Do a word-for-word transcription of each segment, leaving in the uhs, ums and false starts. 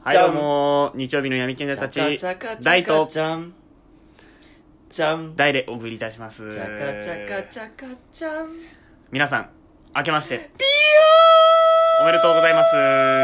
はいどうも日曜日の闇賢者たち大とじゃんじゃん大でお送りいたします。 チャカチャカチャカチャン皆さん明けましてピヨおめでとうございます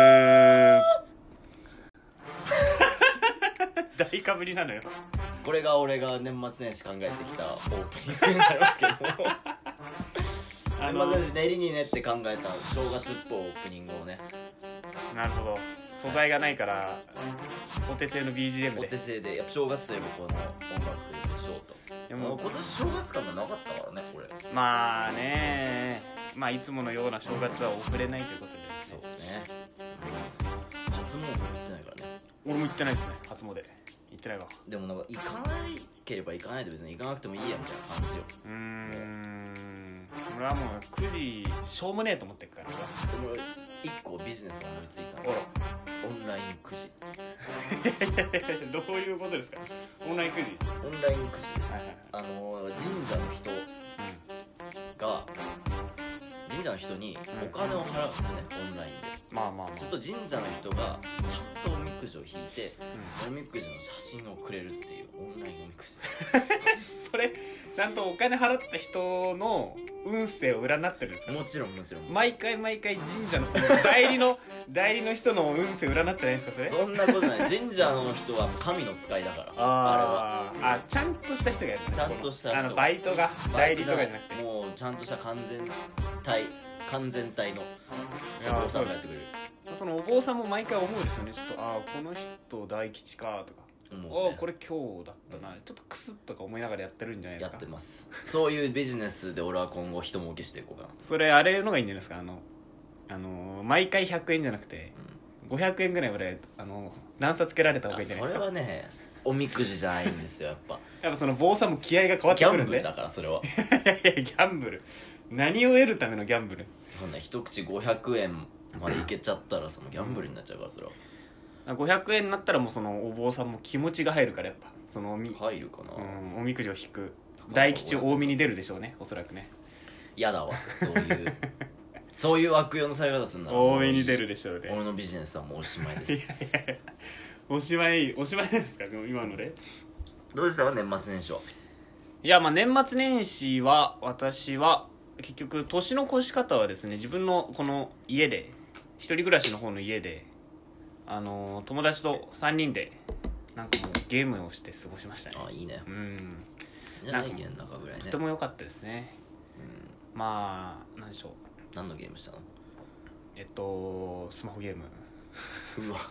大かぶりなのよ。 これが俺が年末年始考えてきたオープニングになりますけどあの年末年始練りに練って考えた正月っぽいオープニングをね、 なるほど。素材がないからお手製の ビージーエム でお手製でやっぱ正月といえばこの音楽でしょうと。 でももう今年正月感がなかったからねこれ。 まあねまあいつものような正月は送れないということで、ね、 そうね、初詣も行ってないからね。 俺も行ってないですね。初詣行ってないわ。 でもなんか行かないければ行かないで別に行かなくてもいいやみたいな感じよ。 うーん俺はもうくじしょうもねえと思ってるからさ。 でも一個ビジネスを思いついたのあらオンラインくじ。 どういうことですか。オンラインくじ。 オンラインくじです、 はいはいはい、 あの神社の人が神社の人にお金を払うんですね、オンラインで。 まあまあまあちょっと神社の人がちゃんとおみくじを引いて、 うん、 おみくじの写真をくれるっていうオンラインおみくじそれちゃんとお金払った人の運勢を占ってるんですか。 もちろんもちろん毎回毎回神社のその代理の代理の人の運勢占ってないんですかそれ。 そんなことない。神社の人は神の使いだからあああちゃんとした人がやる、ね、 ちゃんとした人、 あのバイトが代理とかじゃなくてもうちゃんとした完全体完全体のお坊さんがやってくれる。 そのお坊さんも毎回思うですよね。ちょっとああこの人大吉かとか、 思うね、 ああこれ今日だったな、うん、ちょっとクスッとか思いながらやってるんじゃないですか。 やってます。そういうビジネスで俺は今後人儲けしていこうかな。 それあれのがいいんじゃないですか。あのあの毎回ひゃくえんじゃなくて、うん、ごひゃくえんぐらい俺あの段差つけられた方がいいんじゃないですか。 それはねおみくじじゃないんですよやっぱやっぱその坊さんも気合が変わってくるんで。 ギャンブルだからそれは。 いやいやギャンブル何を得るためのギャンブル。 そんな一口ごひゃくえんまでいけちゃったらそのギャンブルになっちゃうからそれは。 ごひゃくえんになったらもうそのお坊さんも気持ちが入るからやっぱそのおみ入るかな、 うん、おみくじを引く大吉多めに出るでしょうねおそらくね。 やだわそういうそういう悪用のされ方するなら多めに出るでしょうね。 俺のビジネスはもうおしまいです。 いやいやおしまいおしまいですか今ので。 どうでしたか年末年始は。 いやまあ年末年始は私は結局年の越し方はですね自分のこの家で一人暮らしの方の家であのー、友達とさんにんでなんかもうゲームをして過ごしましたね。 ああいいね。 うんじゃない家の中ぐらいね。 とても良かったですね。うんまあ何でしょう。 何のゲームしたの。 えっとスマホゲーム。 うわ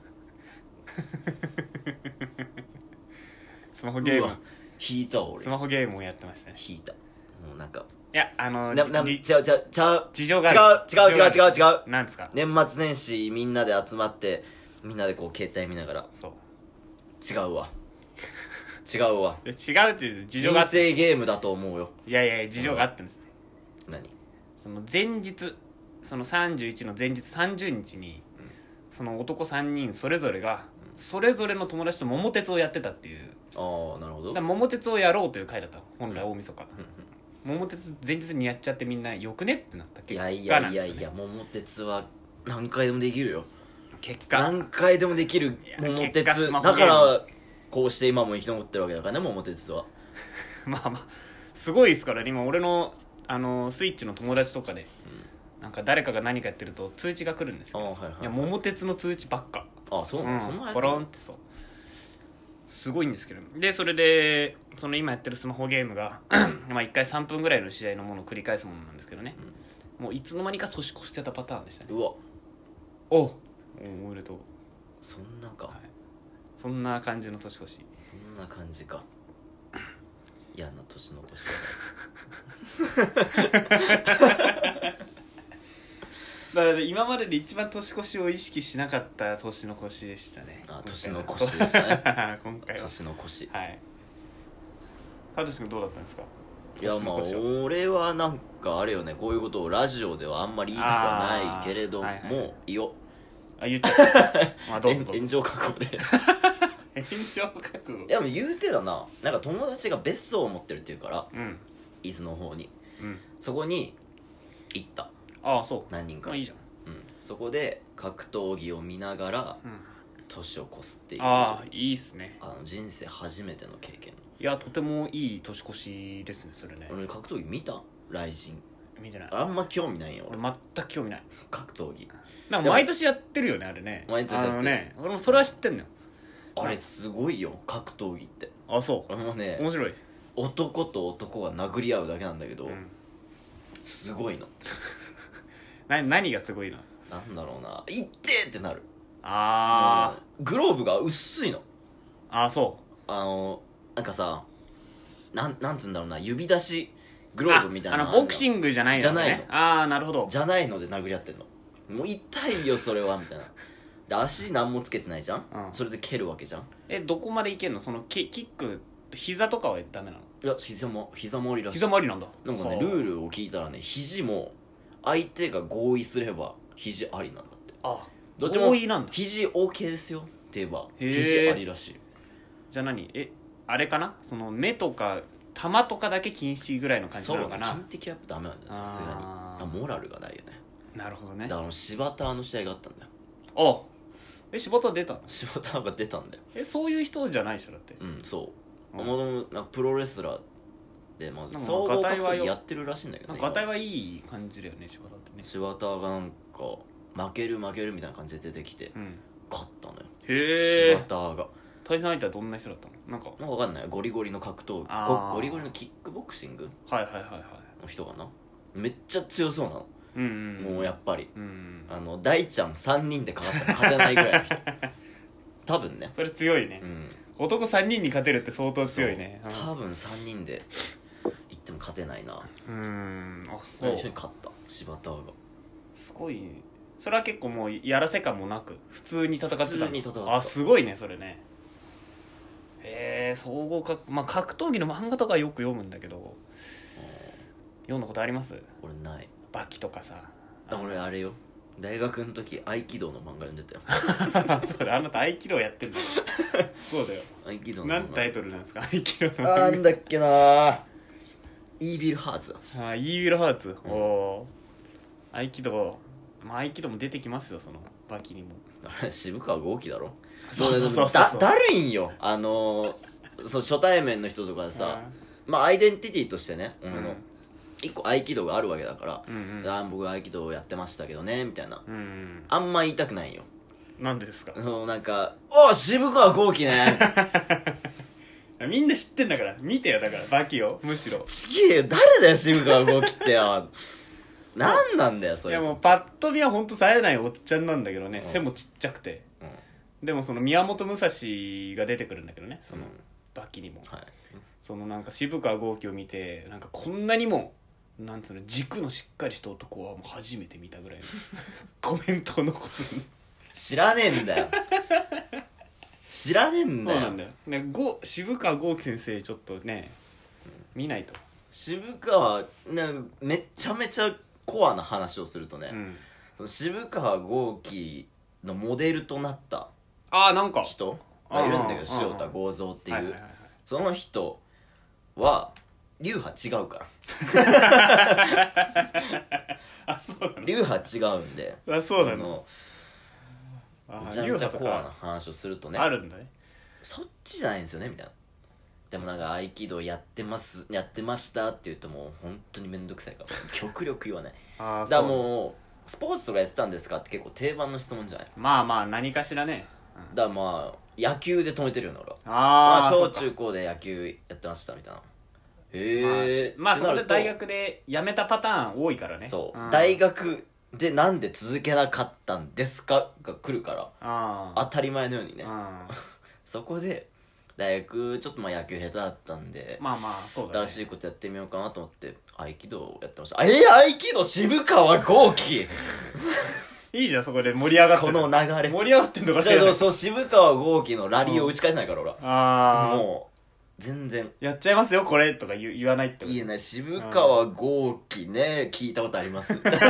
スマホゲーム引いた俺。 スマホゲームをやってましたね。 引いた。もうなんかいやあのななじ違う違う違う事情がある。 違う違う違う違う違う。 なんですか。 年末年始みんなで集まってみんなでこう携帯見ながら。 そう違うわ違うわ。 違うっていう事情があ人って生ゲームだと思うよ。 いやいや事情があったんですね。 何。 その前日そのさんじゅういちの前日さんじゅうにちに、うん、その男さんにんそれぞれが、うん、それぞれの友達と桃鉄をやってたっていう。 ああなるほど。 だ桃鉄をやろうという回だった本来大晦日、うん、桃鉄前日にやっちゃってみんなよくねってなった結果なんですよね。 いやいやいやいや桃鉄は何回でもできるよ。 結果何回でもできる桃鉄だからこうして今も生き残ってるわけだからね桃鉄は。 まあまあすごいですからね今俺のあのスイッチの友達とかで、うん、なんか誰かが何かやってると通知が来るんですよ。あ、はいはいはい、いや桃鉄の通知ばっか。 あそうなの、うん、そんなやつポロンってそうすごいんですけど。でそれでその今やってるスマホゲームがまあいっかいさんぷんぐらいの試合のものを繰り返すものなんですけどね、うん、もういつの間にか年越してたパターンでしたね。 うわおおおめでとう。 そんなか、はい、 そんな感じの年越し。 そんな感じか。嫌な年の越しだから今までで一番年越しを意識しなかった年の越しでしたね。 あ年の越しでしたね今回は年の越し。 はい。ハトシ君どうだったんですか。 いやまあ俺はなんかあれよねこういうことをラジオではあんまり言いたくはないけれども、はいはい、いいよ。 あ言っちゃったまあどうぞどうぞ炎上覚悟で炎上覚悟。 でも言うてだななんか友達が別荘を持ってるっていうから、うん、伊豆の方に、うん、そこに行った。 ああそう何人か、 まあいいじゃん、 うん、そこで格闘技を見ながら、 年を越すっていう。 ああいいっすね。 あの人生初めての経験。 いやとてもいい年越しですねそれね。 俺格闘技見た？ライジン見てない。 あんま興味ないよ俺俺全く興味ない。 格闘技。 なんか毎年やってるよねあれね。 毎年やってるあのね俺もそれは知ってんのよ。 あれすごいよ格闘技って。 あそう俺もね面白い。 男と男が殴り合うだけなんだけど、 うん、 すごいの。 な何がすごいの？ なんだろうな、いってーってなる。 あうんグローブが薄いの。 ーあーそあのなんかさ、なんなんつうんだろうな、指出しグう。 ローブみたいなああのボクシグングじゃないのね。 じゃないのああなるほど。 じゃないので殴り合ってんの。もう痛いよそれはみたいな。で足何もつけてないじゃん、 うんそれで蹴るわけじゃん。 えどこまでいけんのそのキキック膝とかはダメなの？ いや膝も膝もありらしい。 膝もありなんだ。 なんかねはあルールを聞いたらね、肘も相手が合意すれば肘ありなんだって。 あどっちも合意なんだ。 肘 OK ですよって言えばへー肘ありらしい。 じゃあ何えあれかなその目とか玉とかだけ禁止ぐらいの感じそうね、 なのかな。 金的はやっぱダメなんだよさすがに。 あーあモラルがないよね。 なるほどね。 だから柴田の試合があったんだよ。 あえ柴田出たの？ 柴田が出たんだよ。 えそういう人じゃないでしょだって。 うんそううんもともとプロレスラーでまずなんか総合格ガタイはよ闘技やってるらしいんだけどね。 なんかガタイはいい感じだよね柴田ってね。 柴田がなんか負ける負けるみたいな感じで出てきてうん勝ったのよへえ柴田が。 対戦相手はどんな人だったの？なんかなんかわかんないゴリゴリの格闘技あーゴゴリゴリのキックボクシングはいはいはいはいの人かな。めっちゃ強そうなの、 うんうんもうやっぱりうんあの大ちゃんさんにんでかかったら勝てないぐらいの人多分ね。 それ強いねう、ん男さんにんに勝てるって相当強いね。 多分さんにんで行っても勝てないな。 うんうんあそう最初に勝った柴田が。 すごいね。それは結構もうやらせ感もなく普通に戦ってたの？ 普通に戦ったあすごいねそれね。へえ総合格まあ格闘技の漫画とかよく読むんだけど読んだことあります？ 俺ない。 バキとかさ。 あ俺あれよ大学の時合気道の漫画読んでたよそうだあなた合気道やってんだよそうだよ。 合気道の漫画何タイトルなんですか合気道の漫あ画ーなんだっけなイービルハーツだ。 あーイービルハーツ、 うんおおー合気道まあ合気道も出てきますよそのバキにも。 あれ渋川豪樹だろ。 そうそうそうそうだだるいんよあのーそう初対面の人とかでさ、まあアイデンティティとしてねうん俺の一個合気道があるわけだから、 うんうんあー僕合気道やってましたけどねみたいな、 うんうんあんま言いたくないよ。 なんでですか？ そのなんか「お渋川豪樹ね」 みんな知ってんだから見てよだからバキをむしろ。 ちげえよ誰だよ渋川豪樹ってよなんなんだよそれ。 いやもうパッと見はほんと冴えないおっちゃんなんだけどね、 うん背もちっちゃくてうんでもその宮本武蔵が出てくるんだけどねそのうんバキにも、 はいそのなんか渋川豪樹を見てなんかこんなにもなんつうの軸のしっかりした男はもう初めて見たぐらいのコメントを残す。 知らねえんだよ知らねえんだよ。 そうなんだよ、ね、ご渋川豪樹先生ちょっとね見ないと。 渋川ねめちゃめちゃコアな話をするとね、 うんその渋川豪樹のモデルとなったああなんか人がいるんだけどああ塩田剛三っていう、 はいはいはいはいその人は流派違うからあそうなの流派違うんであそうなのあのあめちゃめちゃコアな話をするとねあるんだね。 そっちじゃないんですよねみたいな。でもなんか合気道やってますやってましたって言うともう本当にめんどくさいから極力言わない。 ああだからもうスポーツとかやってたんですかって結構定番の質問じゃない。 まあまあ何かしらね、うんだからまあ野球で止めてるよね俺は。 あまああ小中高で野球やってましたみたいな。へえまあ、まあそこで大学学で辞めたパターン多いからね。 そう、 ん大学でなんで続けなかったんですかが来るからあ当たり前のようにね、 あそこで大学ちょっとまあ野球下手だったんで、 まあまあそうだね。 新しいことやってみようかなと思って合気道をやってました。えー、合気道渋川豪樹いいじゃんそこで盛り上がってこる。 の流れ盛り上がってんのかじゃあそうそう渋川豪樹のラリーを打ち返せないから俺は、 ああもう全然やっちゃいますよこれとか言言わないってこと。 いいね渋川豪樹ね聞いたことあります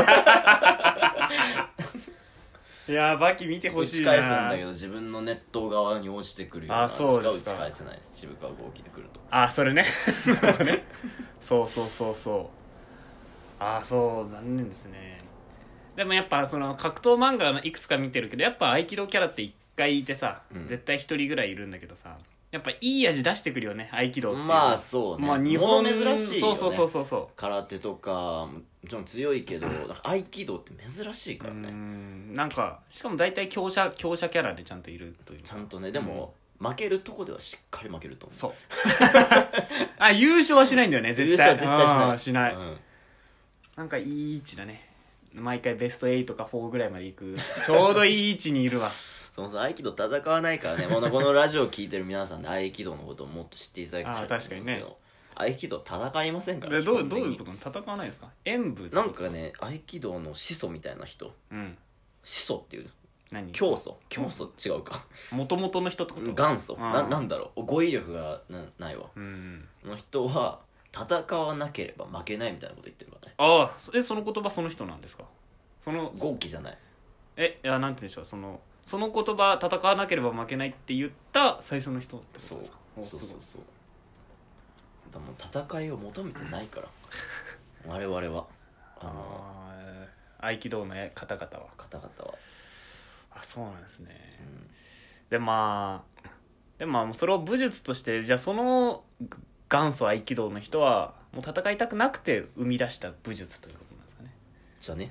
いやーバキ見てほ打しいな。 ち返すんだけど自分のネット側に落ちてくるようなあそうですかしか打ち返せないです渋川豪樹で来ると。 あそれねそうねそうそうそうそうあそう残念ですね。でもやっぱその格闘漫画のいくつか見てるけどやっぱ合気道キャラって回いてさ、 うん絶対一人ぐらいいるんだけどさ、やっぱいい味出してくるよね合気道っていうのは。 まあそうね、 まあ日本物珍しいよね。 そうそうそうそうそ空手とかもちろん強いけどなんか合気道って珍しいうかうーらね。 んなんかしかも大体強者強者キャラでちゃんといるというかちゃんとねでも、負けるとこではしっかり負けると思う。 そうあ優勝はしないんだよね絶対。 優勝は絶対しないうんしない、 うんなんかいい位置だね。毎回ベストはちかよんぐらいまで行くちょうどいい位置にいるわ。 そもそも合気道戦わないからね。このこのラジオを聞いてる皆さんで合気道のことをもっと知っていただきたいと思うんですけあー確かにど、合気道戦いませんからでどう基本的にどういうこと戦わないですか演武ってなんことかね合気道の始祖みたいな人、 うん始祖っていう何教祖教祖違うかもともとの人ってこと元祖あーななんだろう語彙力がなないわうんの人は戦わなければ負けないみたいなこと言ってるからね。 ああえその言葉その人なんですか。その豪気じゃない。 えいやなんて言うんでしょうそのその言葉戦わなければ負けないって言った最初の人ってことそうですか。おそうそうすごいそうだもう戦いを求めてないから我々はあのあー合気道の方々は方々は、 あそうなんですね、 うんでまあでもまあそれを武術としてじゃあその元祖合気道の人はもう戦いたくなくて生み出した武術ということなんですかね。 じゃね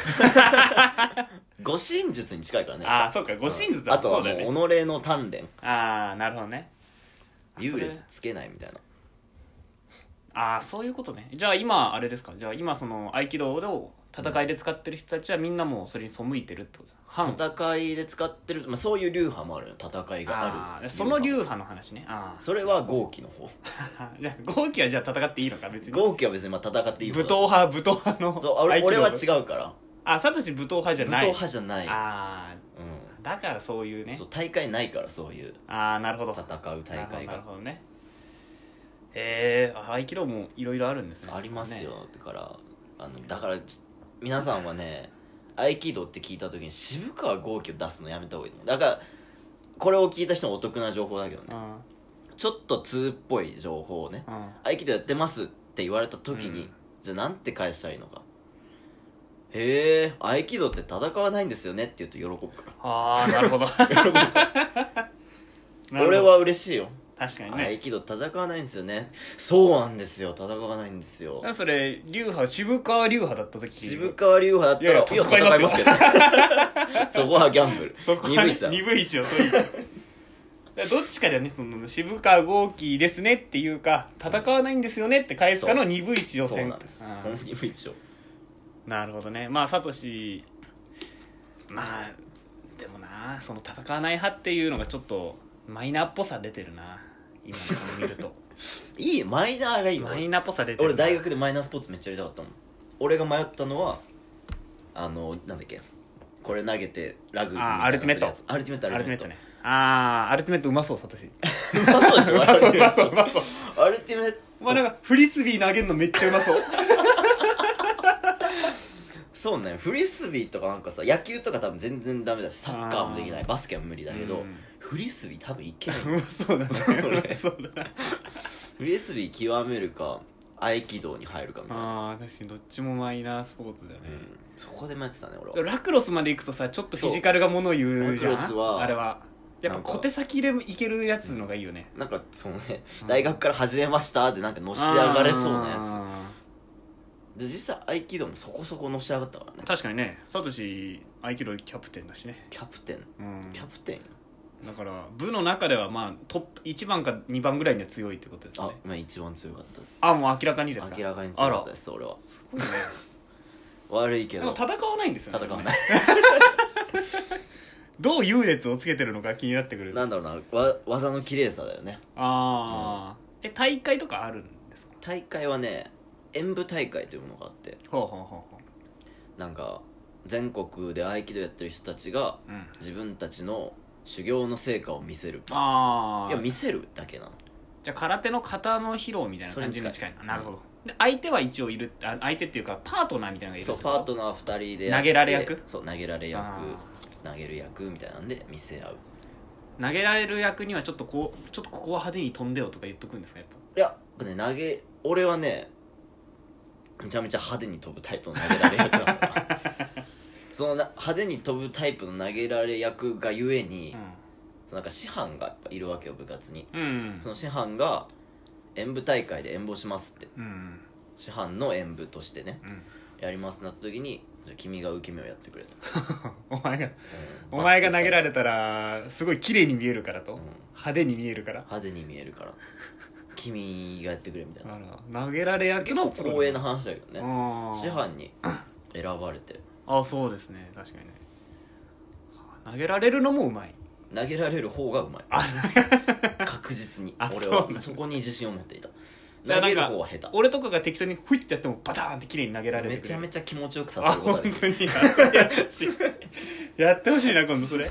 護身術に近いからね。 ああそうか護身術だ、 うんあとはそうだよね。 もう己の鍛錬ああなるほどね。あ優それ劣つけないみたいな。 ああそういうことね。じゃあ今あれですか。じゃあ今その合気道を戦いで使ってる人たちはみんなもうそれに背いてるってことですか。反戦いで使ってる、まあ、そういう流派もあるよ。戦いがあるあーその流派の話ね。あそれは豪気の方。 あじゃあ豪気はじゃあ戦っていいのか別に。 豪気は別にまあ戦っていい方武闘派武闘派のそう俺合気道俺は違うからあサトシ武闘派じゃ武闘ない。 派じゃない。 ああうだからそういうねん、そう大会ないからそういうああなるほど戦う大会なるがほどね。へえー、合気道もいろいろあるんですね。 ありますよ、 ねだからあのだからち皆さんはね合気道って聞いた時に渋川豪気を出すのやめた方がいいのだからこれを聞いた人はお得な情報だけどねうんちょっと通っぽい情報をねうん合気道やってますって言われた時に、 うんじゃあなんて返したらいいのか。へえ合気道って戦わないんですよねって言うと喜ぶかああなるほどら喜ぶから俺は嬉しいよ。 確かにね。 合気道戦わないんですよね。そうなんですよ戦わないんですよだからそれ流派渋川流派だった時渋川流派だったらいやいや戦いますよけどそこはギャンブルそこはね鈍いっすだろ鈍い位置を取りだからどっちかだよね。その渋川豪気ですねっていうか戦わないんですよねって返すかの鈍い位置を選そうなんですあーその鈍い位置をなるほどね。まあサトシまあでもなその戦わない派っていうのがちょっとマイナーっぽさ出てるな今のこの見るといいマイナーがいいのマイナーっぽさ出てる。 俺大学でマイナースポーツめっちゃやりたかったもん。俺が迷ったのはあのなんだっけこれ投げてラグビーみたいなあーアルティメットするやつアルティメットアルティメットね。ああアルティメットうまそうサトシうまそうでしょうまそううまそううまそうアルティメットまあなんかフリスビー投げるのめっちゃうまそうそうねフリスビーとかなんかさ野球とか多分全然ダメだしサッカーもできないあーバスケも無理だけど、 うんフリスビー多分いけないうまそうだねこれうまそうだなフリスビー極めるか合気道に入るかみたいな、 ああ確かにどっちもマイナースポーツだよね、 うん、そこで迷ってたね俺は。 ラクロスまで行くとさちょっとフィジカルがもの言うじゃん。 ラクロスはあれはやっぱ小手先でいけるやつのがいいよね。 なんかそのね、 うん大学から始めましたってなんかのし上がれそうなやあつで実際合気道もそこそこのし上がったからね。 ー確かにねサトシ合気道キャプテンだしね、 キャプテンうん、 キャプテンよだから部の中ではまあトップいちばんかにばんぐらいには強いってことですよあね。 まあ一番強かったです。 あもう明らかにですか。 明らかに強かったです俺は。 すごいね悪いけどでも戦わないんですよね。 戦わないどう優劣をつけてるのか気になってくる。 なんだろうなわ技の綺麗さだよね。 ああ、え大会とかあるんですか。 大会はね演舞大会というものがあって、 ほうほうほうほなんか全国で合気道やってる人たちがう、うん、 自分たちの修行の成果を見せる。 ああいや見せるだけなの。 じゃあ空手の型の披露みたいな感じに近いな。 それに近いなるほど。で相手は一応いるあ相手っていうかパートナーみたいなのがいるそうパートナーふたりでやって投げられ役そう投げられ役あ投げる役みたいなんで見せ合う。 投げられる役にはちょっとこうちょっとここは派手に飛んでよとか言っとくんですかやっいやね投げ俺はねめちゃめちゃ派手に飛ぶタイプの投げられ役なのかなそのな派手に飛ぶタイプの投げられ役がゆえに、 うそのなんか師範がやっぱいるわけよ部活に。 んうんその師範が演舞大会で演舞しますって、 うん師範の演舞としてねうんやりますってなった時に、じゃあ君が受け身をやってくれと、 お前がうんお前が投げられれたらすごい綺麗に見えるからと、 うん派手に見えるから派手に見えるから君がやってくれみたいな。 あら投げられ役の結構光栄な話だけどね。 あー師範に選ばれてあそうですね確かにね投げられるのもうまい投げられる方がうまいあ確実にあ俺そうなんだはそこに自信を持っていた。投げじゃあなんかる方は下手。 俺とかが適当にフイッてやってもバターンって綺麗に投げられてくれるめちゃめちゃ気持ちよくさあせること本ができる。 当にあそれやってほしいやってほしいな今度それ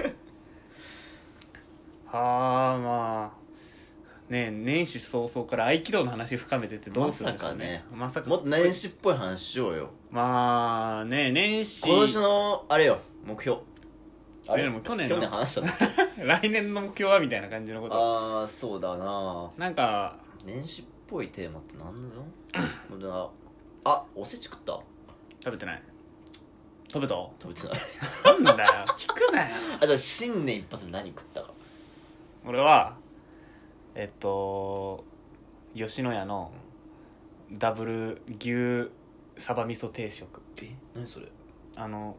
はあまあねえ年始早々から合気道の話深めてってどうするんでしょうねまさかもっと年始っぽい話しようよ。 まあね年始今年のあれよ目標。あれでも去年の去年話したの来年の目標はみたいな感じのことああそうだな。 なんか年始っぽいテーマって何だぞほんとだ。あおせち食った？ 食べてない食べた食べてないなんだよ聞くなよあじゃあ新年一発目何食ったか。 俺はえっと吉野家のダブル牛サバ味噌定食え何それ。 あの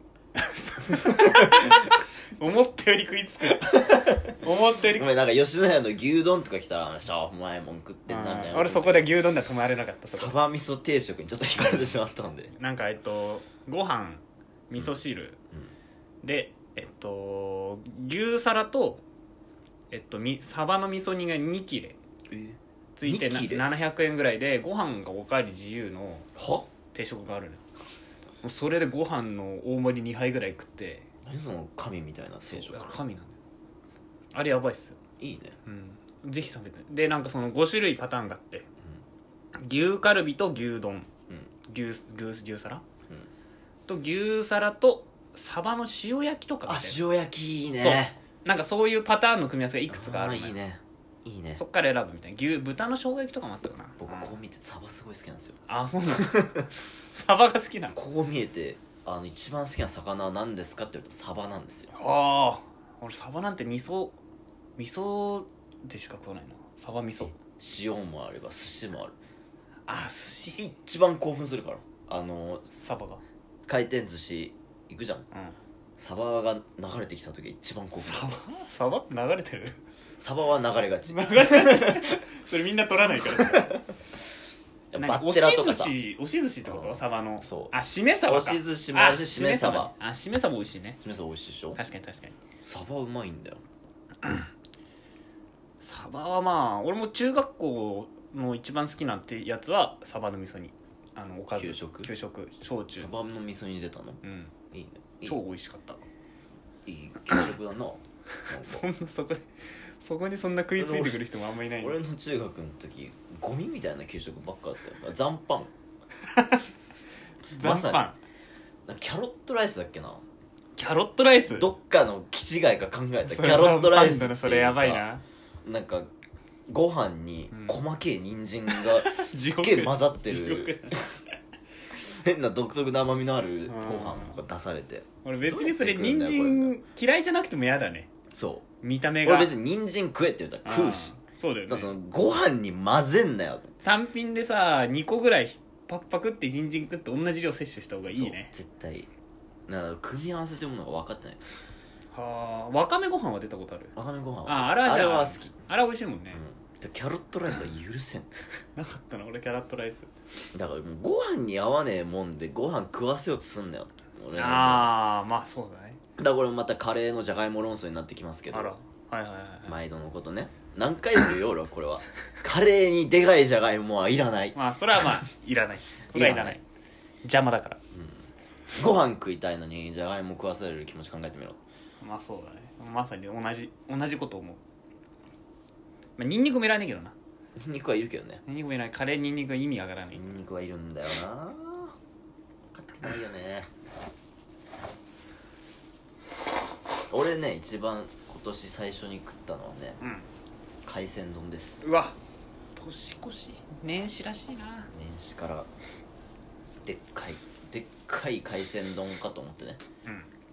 思ったより食いつく思ったより食いつごめんなんか吉野家の牛丼とか来たらしょうもないもん食ってんなみたいな。 く俺そこで牛丼では止まれなかったそこサバ味噌定食にちょっと惹かれてしまったんでなんかえっとご飯味噌汁、 うんでえっと牛皿とえっとみサバの味噌煮がに切れえついてなに切れななひゃくえんぐらいでご飯がおかわり自由のは定食があるのよもうそれでご飯の大盛りにはいぐらい食って何その神みたいな定食。 神なんだよあれやばいっすよ、 いいね。 うん、ぜひ食べてでなんかそのご種類パターンがあって牛カルビと牛丼うん牛牛牛皿うんと牛皿とサバの塩焼きとかあみたい塩焼きいいね。 そうなんかそういうパターンの組み合わせがいくつかあるのよーいいねいいね。 そっから選ぶみたいな牛豚の生姜焼きとかもあったかな僕うんこう見てサバすごい好きなんですよ。 あそうなのサバが好きなのこう見えてあの一番好きな魚は何ですかって言うとサバなんですよ。 ああ俺サバなんて味噌味噌でしか食わないなサバ味噌塩もあれば寿司もある。 あ寿司一番興奮するからあのサバが回転寿司行くじゃん。 うんサバが流れてきた時が一番興奮する。 サバサバって流れてるサバは流れがち。 流れてるそれみんな取らないからバッなんか押しテラとかさ寿司押し寿司ってことうんサバのそうあしめサバか押し寿司もあるししめサバねあしめサバ美味しいねしめサバ美味しいでしょ。 確かに確かにサバうまいんだよ。 サバはまあ俺も中学校の一番好きなってやつはサバの味噌煮あのおかず給食給食焼酎サバの味噌に出たのうんいいね。いい超美味しかったいい給食だななんかそんなそこでそこにそんな食いついてくる人もあんまいない俺の中学の時ゴミみたいな給食ばっかだったよ。残飯残飯、 まさなんかキャロットライスだっけな。 キャロットライスどっかの気違いが考えたキそれャロットライスっていうさ残飯だなそれやばいななんかご飯にうん細けい人参が地すっげえ混ざって地獄る変な独特な甘みのあるんご飯が出されて俺別にそれ人どうやって食うんだよ参嫌いじゃなくても嫌だねそ見た目がう俺別に人参食えって言ったら食うしあーそうだよねだからそのご飯に混ぜんなよ単品でさにこぐらいパクパクって人参食って同じ量摂取した方がいいねそう絶対だから組み合わせというものが分かってない。 はあわかめご飯は出たことあるわかめご飯ああれはじゃああれは好き、 あれは美味しいもんね、 うん、でキャロットライスは許せんなかったな俺キャラットライスだからもうご飯に合わねえもんでご飯食わせようとすんなよ俺のああまあそうだねだからこれまたカレーのじゃがいも論争になってきますけどあらはいはいはい、はい毎度のことね何回も言うよ俺はこれはカレーにでかいじゃがいもはいらない、 まあそれはまあいらないそれはいらないいらない邪魔だからうん、ご飯食いたいのにじゃがいも食わされる気持ち考えてみろ。 まあそうだねまさに同じ同じこと思う、まあ、ニンニクもいらねえけどなニンニクはいるけどね。 ニンニクもいらないカレーニンニクは意味わからないニンニクはいるんだよな分かってないよね。俺ね一番今年最初に食ったのはねうん海鮮丼です。 うわ年越し年始らしいな年始からでっかいでっかい海鮮丼かと思ってねうん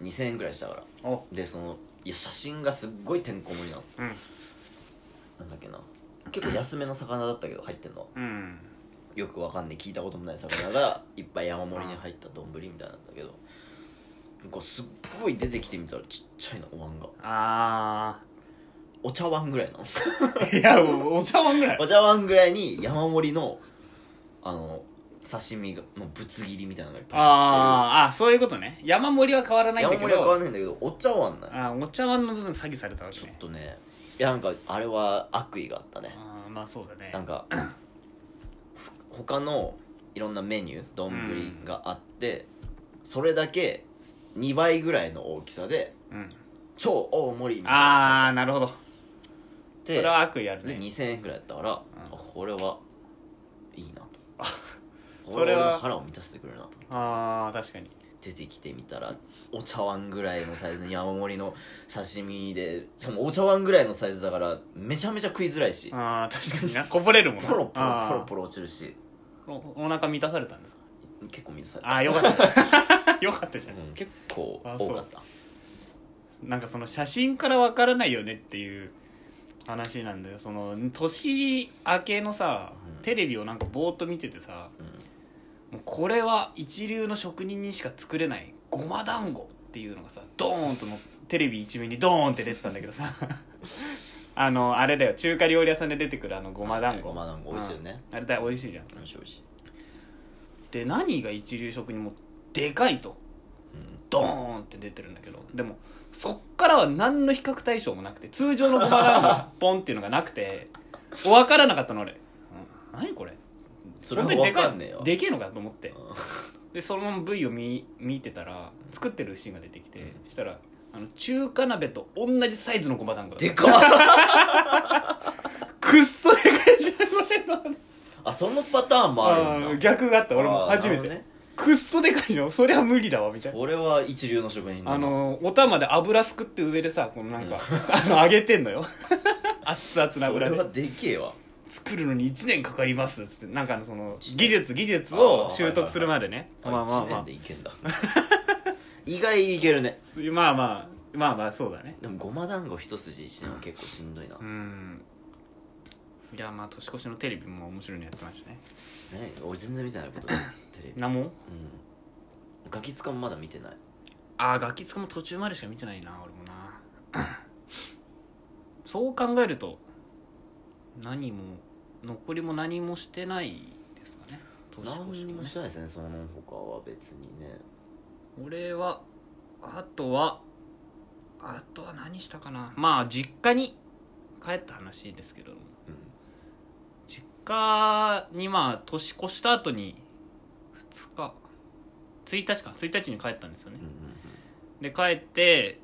にせんえんぐらいしたから。 おでそのいや写真がすっごいてんこ盛りなの。 うんなんだっけな、結構安めの魚だったけど入ってんのうんよくわかんない、聞いたこともない魚がいっぱい山盛りに入った丼みたいなんだけど、こうすっごい出てきてみたらちっちゃいのお椀があお茶碗ぐらいのーいやもうお茶碗ぐらいお茶碗ぐらいに山盛りのあの刺身のぶつ切りみたいなのがいっぱい入あーあそういうことね。山盛りは変わらないんだけどってる。山盛りは変わんないんだけどお茶碗ない。 あお茶碗の部分詐欺されたわけちょっね。 とね、いやなんかあれは悪意があったね。 あーまあそうだね。 なんか他のいろんなメニュー丼があって、それだけにばいぐらいの大きさでうん超大盛りみたいなああなるほど。 でそれは悪意あるでね。 にせんえんぐらいだったから、あこれはいいなとこそれは俺の腹を満たしてくれるなとああ確かに。 出てきてみたらお茶碗ぐらいのサイズの山盛りの刺身で、しかもお茶碗ぐらいのサイズだからめちゃめちゃ食いづらいし、 ああ確かになこぼれるもんな。 ポロポロあーポロポロ落ちるし、 おお腹満たされたんですか。 結構水されああよかったよかったじゃん。 うん、結構あそう多かった。 なんかその写真からわからないよねっていう話なんだよ。その年明けのさ、 うんテレビをなんかぼーっと見ててさ、 うんもうこれは一流の職人にしか作れないごま団子っていうのがさドーンとのテレビ一面にドーンって出てたんだけどさあのあれだよ、中華料理屋さんで出てくるあのごま団子、 ごま団子美味しいよね、 うんあれだ美味しいじゃん。 美味しい美味しい、 で何が一流職人もでかいとうんドーンって出てるんだけど、でもそっからは何の比較対象もなくて、通常のごま団子ポンっていうのがなくて分からなかったの俺、うん、何これそれは分かんねえよ。 でけえのかと思って、 うでそのまま V を見見てたら作ってるシーンが出てきて、 うんそしたらあの中華鍋と同じサイズのごま団子だったんでかっくっそでかいのあそのパターンもあるんだ。 逆があった俺も初めて、 あーなるほどね、 くっそでかいのそれは無理だわみたいな。 それは一流の職人だな。 あのお玉で油すくって上でさこのなんか、あの揚げてんのよ熱々なそ油でれはでけえわ。 作るのにいちねんかかりますっつって、なんかあのその一年技術技術を習得するまでね、 あまあまあいちねんまでいけんだ意外にいけるね。 あまあまあまあまあそうだね。 でもごま団子一筋いちねんは結構しんどいな、 うんいやまあ年越しのテレビも面白いのやってましたね。 ね、俺全然見てないことテレビ。 なんもうんガキ使もまだ見てない。 ああガキ使も途中までしか見てないな俺もなそう考えると何も残りも何もしてないですかね年何越しもねにもしてないですね、その他は別にね。 俺はあとはあとは何したかな。まあ実家に帰った話ですけど、 うん実家にまあ年越した後にふつかついたちかついたちに帰ったんですよね。 うんうんで帰って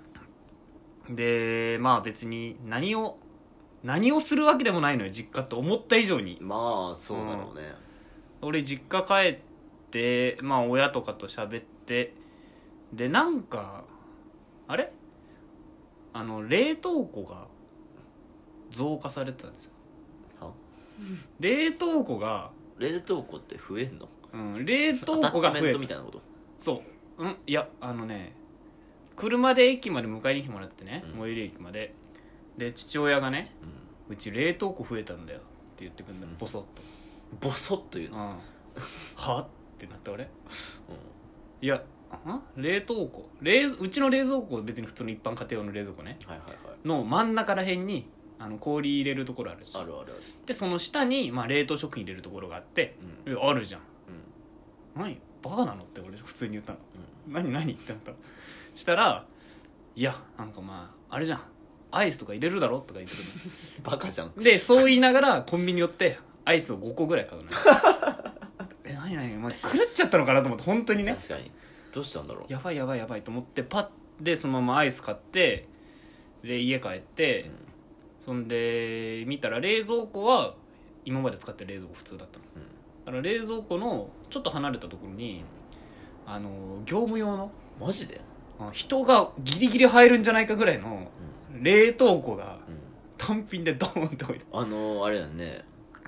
でまあ別に何を何をするわけでもないのよ実家って思った以上に。 うん、まあそうだろうね、 俺実家帰ってまあ親とかと喋ってでなんかあれあの冷凍庫が増加されてたんですよ。 は冷凍庫が、 冷凍庫って増えんの？ うん、冷凍アタッチメン庫が増えたトみたいなこと？ そううんいやあのね車で駅まで迎えに来てもらってね、 うん最寄り駅までで父親がねううち冷凍庫増えたんだよって言ってくんだようんボソッと、 んボソッと言ううん、 の、 はってなった俺ういやん冷凍庫冷うちの冷蔵庫別に普通の一般家庭用の冷蔵庫ねん、はいはいはい、 の真ん中らへんにあの氷入れるところあるじゃんあるあるある、 でその下に、まあ、冷凍食品入れるところがあってうんえあるじゃんうん何バカなのって俺普通に言ったのうん何何ってなったしたらいやなんかまああれじゃんアイスとか入れるだろとか言ってくるバカじゃん。 のでそう言いながらコンビニ寄ってアイスをごこぐらい買うのよえ何何お前狂っちゃったのかなと思って本当にね確かにどうしたんだろう。 やばいやばいやばいと思ってパッでそのままアイス買ってで家帰って、そんで見たら冷蔵庫は今まで使ってる冷蔵庫普通だったのうんだから冷蔵庫のちょっと離れたところにあの業務用のマジで？ あ人がギリギリ入るんじゃないかぐらいのうん冷凍庫がうん単品でドーンって置いてあのー、あれだよね、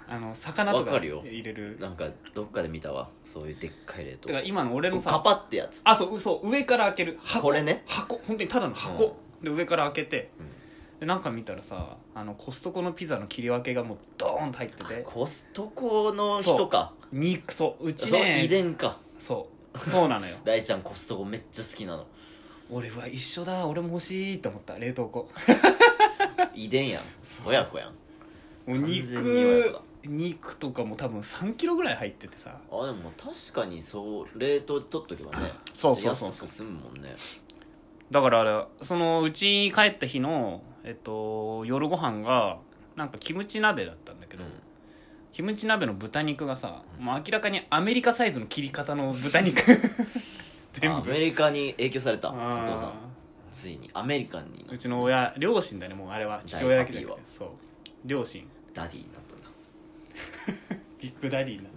あの魚とかわかるよ入れる。 なんかどっかで見たわそういうでっかい冷凍だから今の俺のカさ、 パってやつ。 あ、そうそう上から開ける箱、 これね箱、本当にただの箱、で上から開けて、でなんか見たらさ、あのコストコのピザの切り分けがもうドーンと入ってて、 コストコの人か。 肉、そううちそうね、 遺伝か。 そうそうなのよ。 大ちゃんコストコめっちゃ好きなの。 俺は一緒だ、俺も欲しいと思った。冷凍庫遺伝やん。親子やん。 もう完全に親子肉だ。 肉とかも多分さんキロぐらい入っててさ、 あでも確かにそう冷凍で取っとけばねそうそうそう安く済むもんね。 だからあれ、そのうちに帰った日の、えっと、夜ご飯がなんかキムチ鍋だったんだけど、 うんキムチ鍋の豚肉がさ、もう明らかにアメリカサイズの切り方の豚肉全部アメリカに影響されたおあー父さん。ついにアメリカンにうちの親、両親だね、もうあれは父親だけじゃなくて、そう両親ダディになったんだ。 ビッグダディにな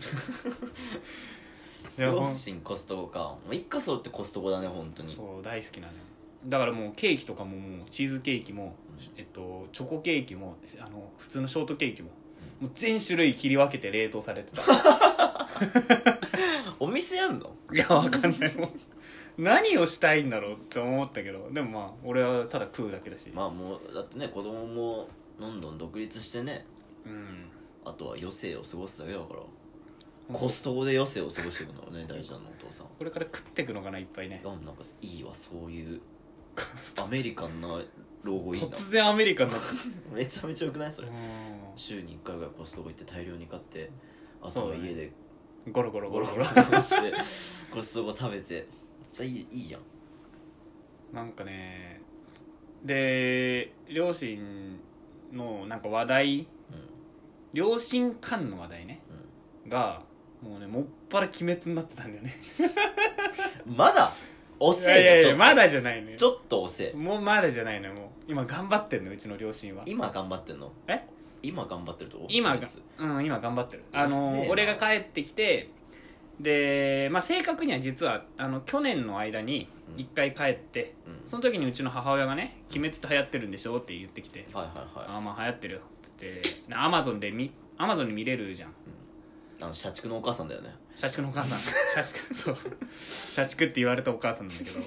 ったいやほん両親コストコか。もう一家層ってコストコだね本当に。 そう大好きなのよ。だからもうケーキとかももうチーズケーキも、えっと、チョコケーキもあの普通のショートケーキももう全種類切り分けて冷凍されてたお店やんの？ いやわかんないもう何をしたいんだろうって思ったけど、でもまあ俺はただ食うだけだし、 まあもうだってね子供もどんどん独立してね、 うんあとは余生を過ごすだけだからコストコで余生を過ごしていくのはね大ちゃんのお父さん。 これから食ってくのかないっぱいね。 あなんかいいわそういうアメリカンな老後いいな。 突然アメリカになっためちゃめちゃよくないそれ。 う週にいっかいぐらいコストコ行って大量に買ってあとそうだねは家でんゴロゴロゴロゴロしてコストコ食べてめっちゃいいいいやん。 なんかね、で両親のなんか話題、 う両親間の話題ねんうんがもうねもっぱら鬼滅になってたんだよね。 まだ遅いやいやえぞちょっといやまだじゃないね。 ちょっと遅え。 もうまだじゃないのよ。もう今頑張ってんのうちの両親は。 今頑張ってんの？ え今頑張ってると今が鬼滅うん今頑張ってる。あ遅えなの俺が帰ってきて、でまあ正確には実はあの去年の間に一回帰って、 うんその時にうちの母親がね「鬼滅って流行ってるんでしょ?」って言ってきてはいはい 「 はい。 ああまあ流行ってるよ」っつってアマゾンで見アマゾンで見れるじゃん。 あの社畜のお母さんだよね。 社畜のお母さん社畜そうそう社畜って言われたお母さんなんだけど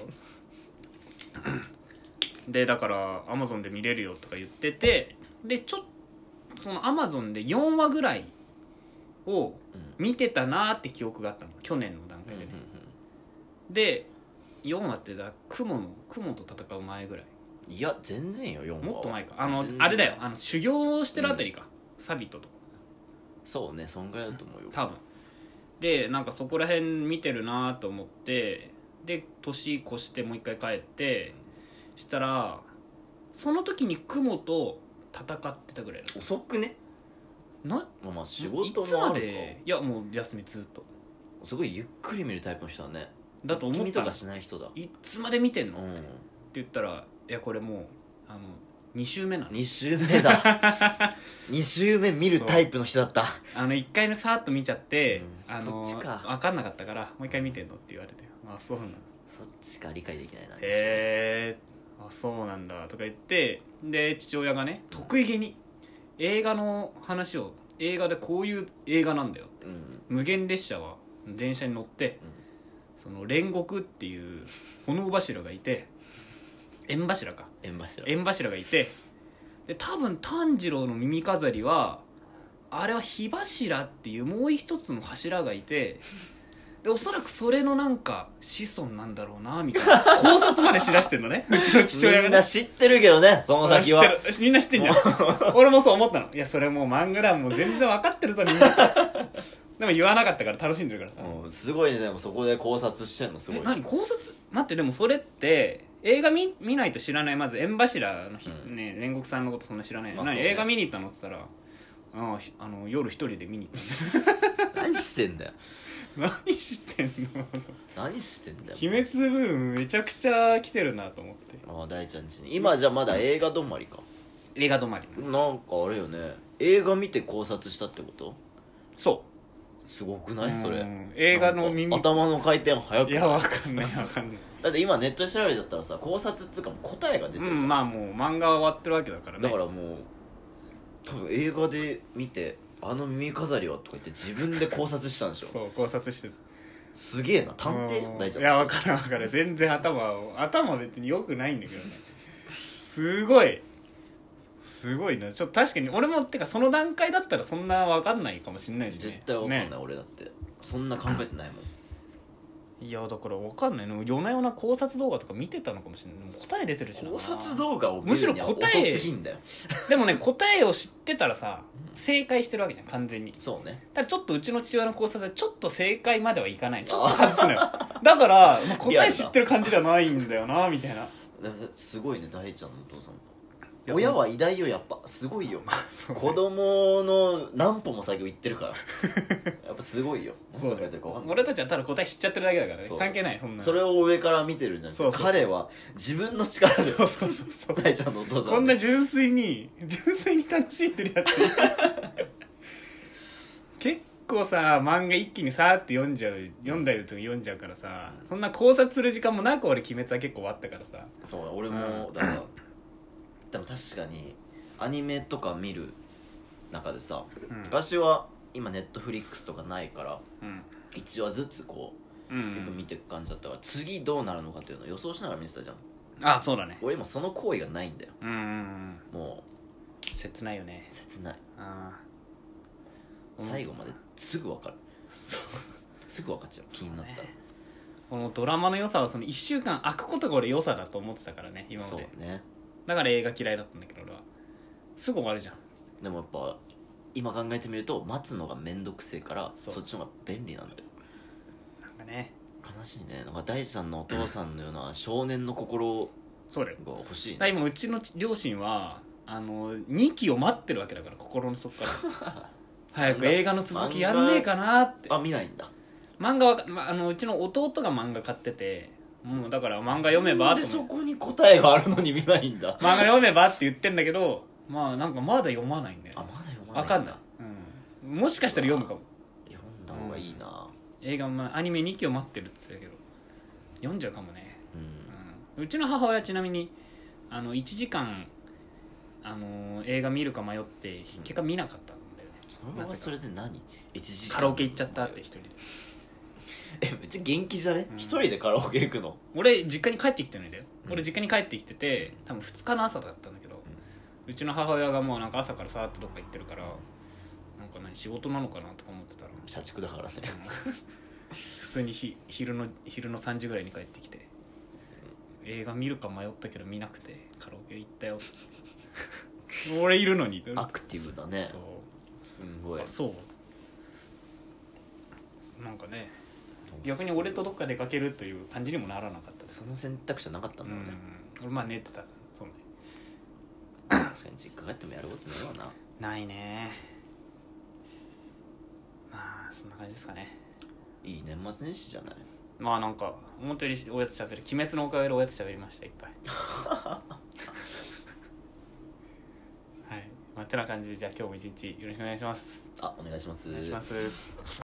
でだからアマゾンで見れるよとか言ってて、でちょっとそのアマゾンでよんわぐらいをうん見てたなーって記憶があったの去年の段階でね、でよんわってだ雲の雲と戦う前ぐらい、 いや全然よよんわはもっと前か、あの全然あれだよ、あの修行をしてるあたりか、サビトとかそうねそんぐらいだと思うよ。 多分でなんかそこら辺見てるなと思って、で年越してもう一回帰ってしたらその時に雲と戦ってたぐらいだ遅くね。 なまあまあ仕い事つまもあるか。 でいやもう休みずっとすごいゆっくり見るタイプの人だね。 だと思ったの。 君とかしない人だ。 いつまで見てんの、ってうん言ったらいやこれもうあのに週目なの。 に週目だに週目見るタイプの人だった。 あのいっかい目さーっと見ちゃって、 うんあのそっちか分かんなかったからもう一回見てんのって言われて、あそうなんだ、 そっちか理解できないな。 へえあそうなんだとか言って、で父親がね得意げに映画の話を、映画でこういう映画なんだよ、 うん無限列車は電車に乗って、その煉獄っていう炎柱がいて、縁柱か縁柱。 縁柱がいて、で多分炭治郎の耳飾りはあれは火柱っていうもう一つの柱がいて、でおそらくそれのなんか子孫なんだろうなみたいな考察までしだしてんのねうちの父親がね。 みんな知ってるけどねその先は。 あ知ってる、みんな知ってんじゃん俺もそう思ったの。いやそれもう漫画だもう全然分かってるぞみんなでも言わなかったから楽しんでるからさ、 うんすごいねでもそこで考察してんのすごい。 え何考察待って、でもそれって映画見見ないと知らない。まず縁柱の日、 うんね煉獄さんのことそんな知らない、何まあそうね映画見に行ったのって言ったらああひあの夜一人で見に行った何してんだよ何してんの何してんだよ。 鬼滅ブームめちゃくちゃ来てるなと思って。 ああ大ちゃんちに今じゃまだ映画止まりか。 映画止まり、 なんかあれよね映画見て考察したってこと？ そすごくうないそれ。 うん映画の耳なんか頭の回転早くないいやわかんないわかんないだって今ネットで調べちゃったらさ考察っつうかもう答えが出てるじゃん、 うんまあもう漫画は終わってるわけだからね。 だからもう多分映画で見てあの耳飾りはとか言って自分で考察したんでしょ。 そう考察してすげえな、探偵うん大丈夫。 いや分からん分からん全然頭頭別に良くないんだけどねすごいすごいな。ちょっと確かに俺もてかその段階だったらそんな分かんないかもしんないしね。 絶対わかんない、 ね俺だってそんな考えてないもん。 いやだから分かんないの。夜な夜な考察動画とか見てたのかもしれない。もう答え出てるしな。 考察動画を見むしろるには遅答えすぎんだよ。 でもね答えを知ってたらさ正解してるわけじゃん完全に。 そうね。 ただちょっとうちの父親の考察はちょっと正解まではいかない。ちょっと外すのよだから、まあ、答え知ってる感じではないんだよなみたいな。 すごいね、大ちゃんのお父さんも。 いや親は偉大よ、やっぱすごいよ。 そうね子供の何歩も先を行ってるからやっぱすごいよ。 そう何考えてるか分かんない。 俺たちはただ答え知っちゃってるだけだからね。 そう関係ないそんな。 それを上から見てるんじゃなくて、 そうそうそう彼は自分の力でそうそうそうそう大ちゃんのお父さんこんな純粋に純粋に楽しんでるやつ結構さ漫画一気にさーって読んじゃう読んだりとか読んじゃうからさ、そんな考察する時間もなく俺鬼滅は結構終わったからさ。 そう俺も、 うんだからでも確かにアニメとか見る中でさ、 うん昔は今ネットフリックスとかないからうんいちわずつこううよく見ていく感じだったから、次どうなるのかっていうのを予想しながら見てたじゃん。 あそうだね。 俺今その行為がないんだよ。 うんうんうんも切ないよね。 う切ない。 あー最後まですぐ分かる。すぐ分かっちゃう、気になったら。 このドラマの良さはそのいっしゅうかん空くことが俺良さだと思ってたからね今まそうで。 ね。 だから映画嫌いだったんだけど俺はすぐ終わるじゃん。 でもやっぱ今考えてみると待つのがめんどくせえからそそうっちの方が便利なんだよ。 なんかね悲しいね。なんか大ちゃんのお父さんのような少年の心そうだよ。 が欲しいだからね。 今うちの両親はあのにきを待ってるわけだから心の底から早く映画の続きやんねえかなって。 あ、見ないんだ。 漫画は、ま、あのうちの弟が漫画買っててもうだから漫画読めばでと思うそこに答えがあるのに見ないんだ。 漫画読めばって言ってんだけどまあなんかまだ読まないんだよあ、 ね。 まだ読まないわかんない、うん、もしかしたら読むかも。 読んだ方がいいな。 映画もアニメにきを待ってるって言ってたけど読んじゃうかもね、 うん。 うん、うちの母親ちなみにあのいちじかん、あのー映画見るか迷って結果見なかったんだよね。 それはそれで何一時間カラオケ行っちゃったって一人で。 え、めっちゃ元気じゃね、 うん一人でカラオケ行くの。 俺実家に帰ってきてるんだよ、 うん俺実家に帰ってきてて多分ふつかの朝だったんだけど、うちの母親がもうなんか朝からさーってどっか行ってるからなんか何仕事なのかなとか思ってたら社畜だからね。 普通にひ昼の昼のさんじぐらいに帰ってきて映画見るか迷ったけど見なくてカラオケ行ったよ俺いるのにアクティブだね。 そうすんごいあそうなんかね逆に俺とどっか出かけるという感じにもならなかったです。 その選択肢はなかったんだろうね。 うん、俺まあ寝てたそうね確かに実家帰ってもやることないわな。 ないね。まあそんな感じですかね。 いい年末年始じゃない。 まあなんか思ったよりおやつしゃべる鬼滅のおかげでおやつしゃべりましたいっぱいはいまあてな感じでじゃあ今日も一日よろしくお願いします。 あ、お願いします。 お願いします。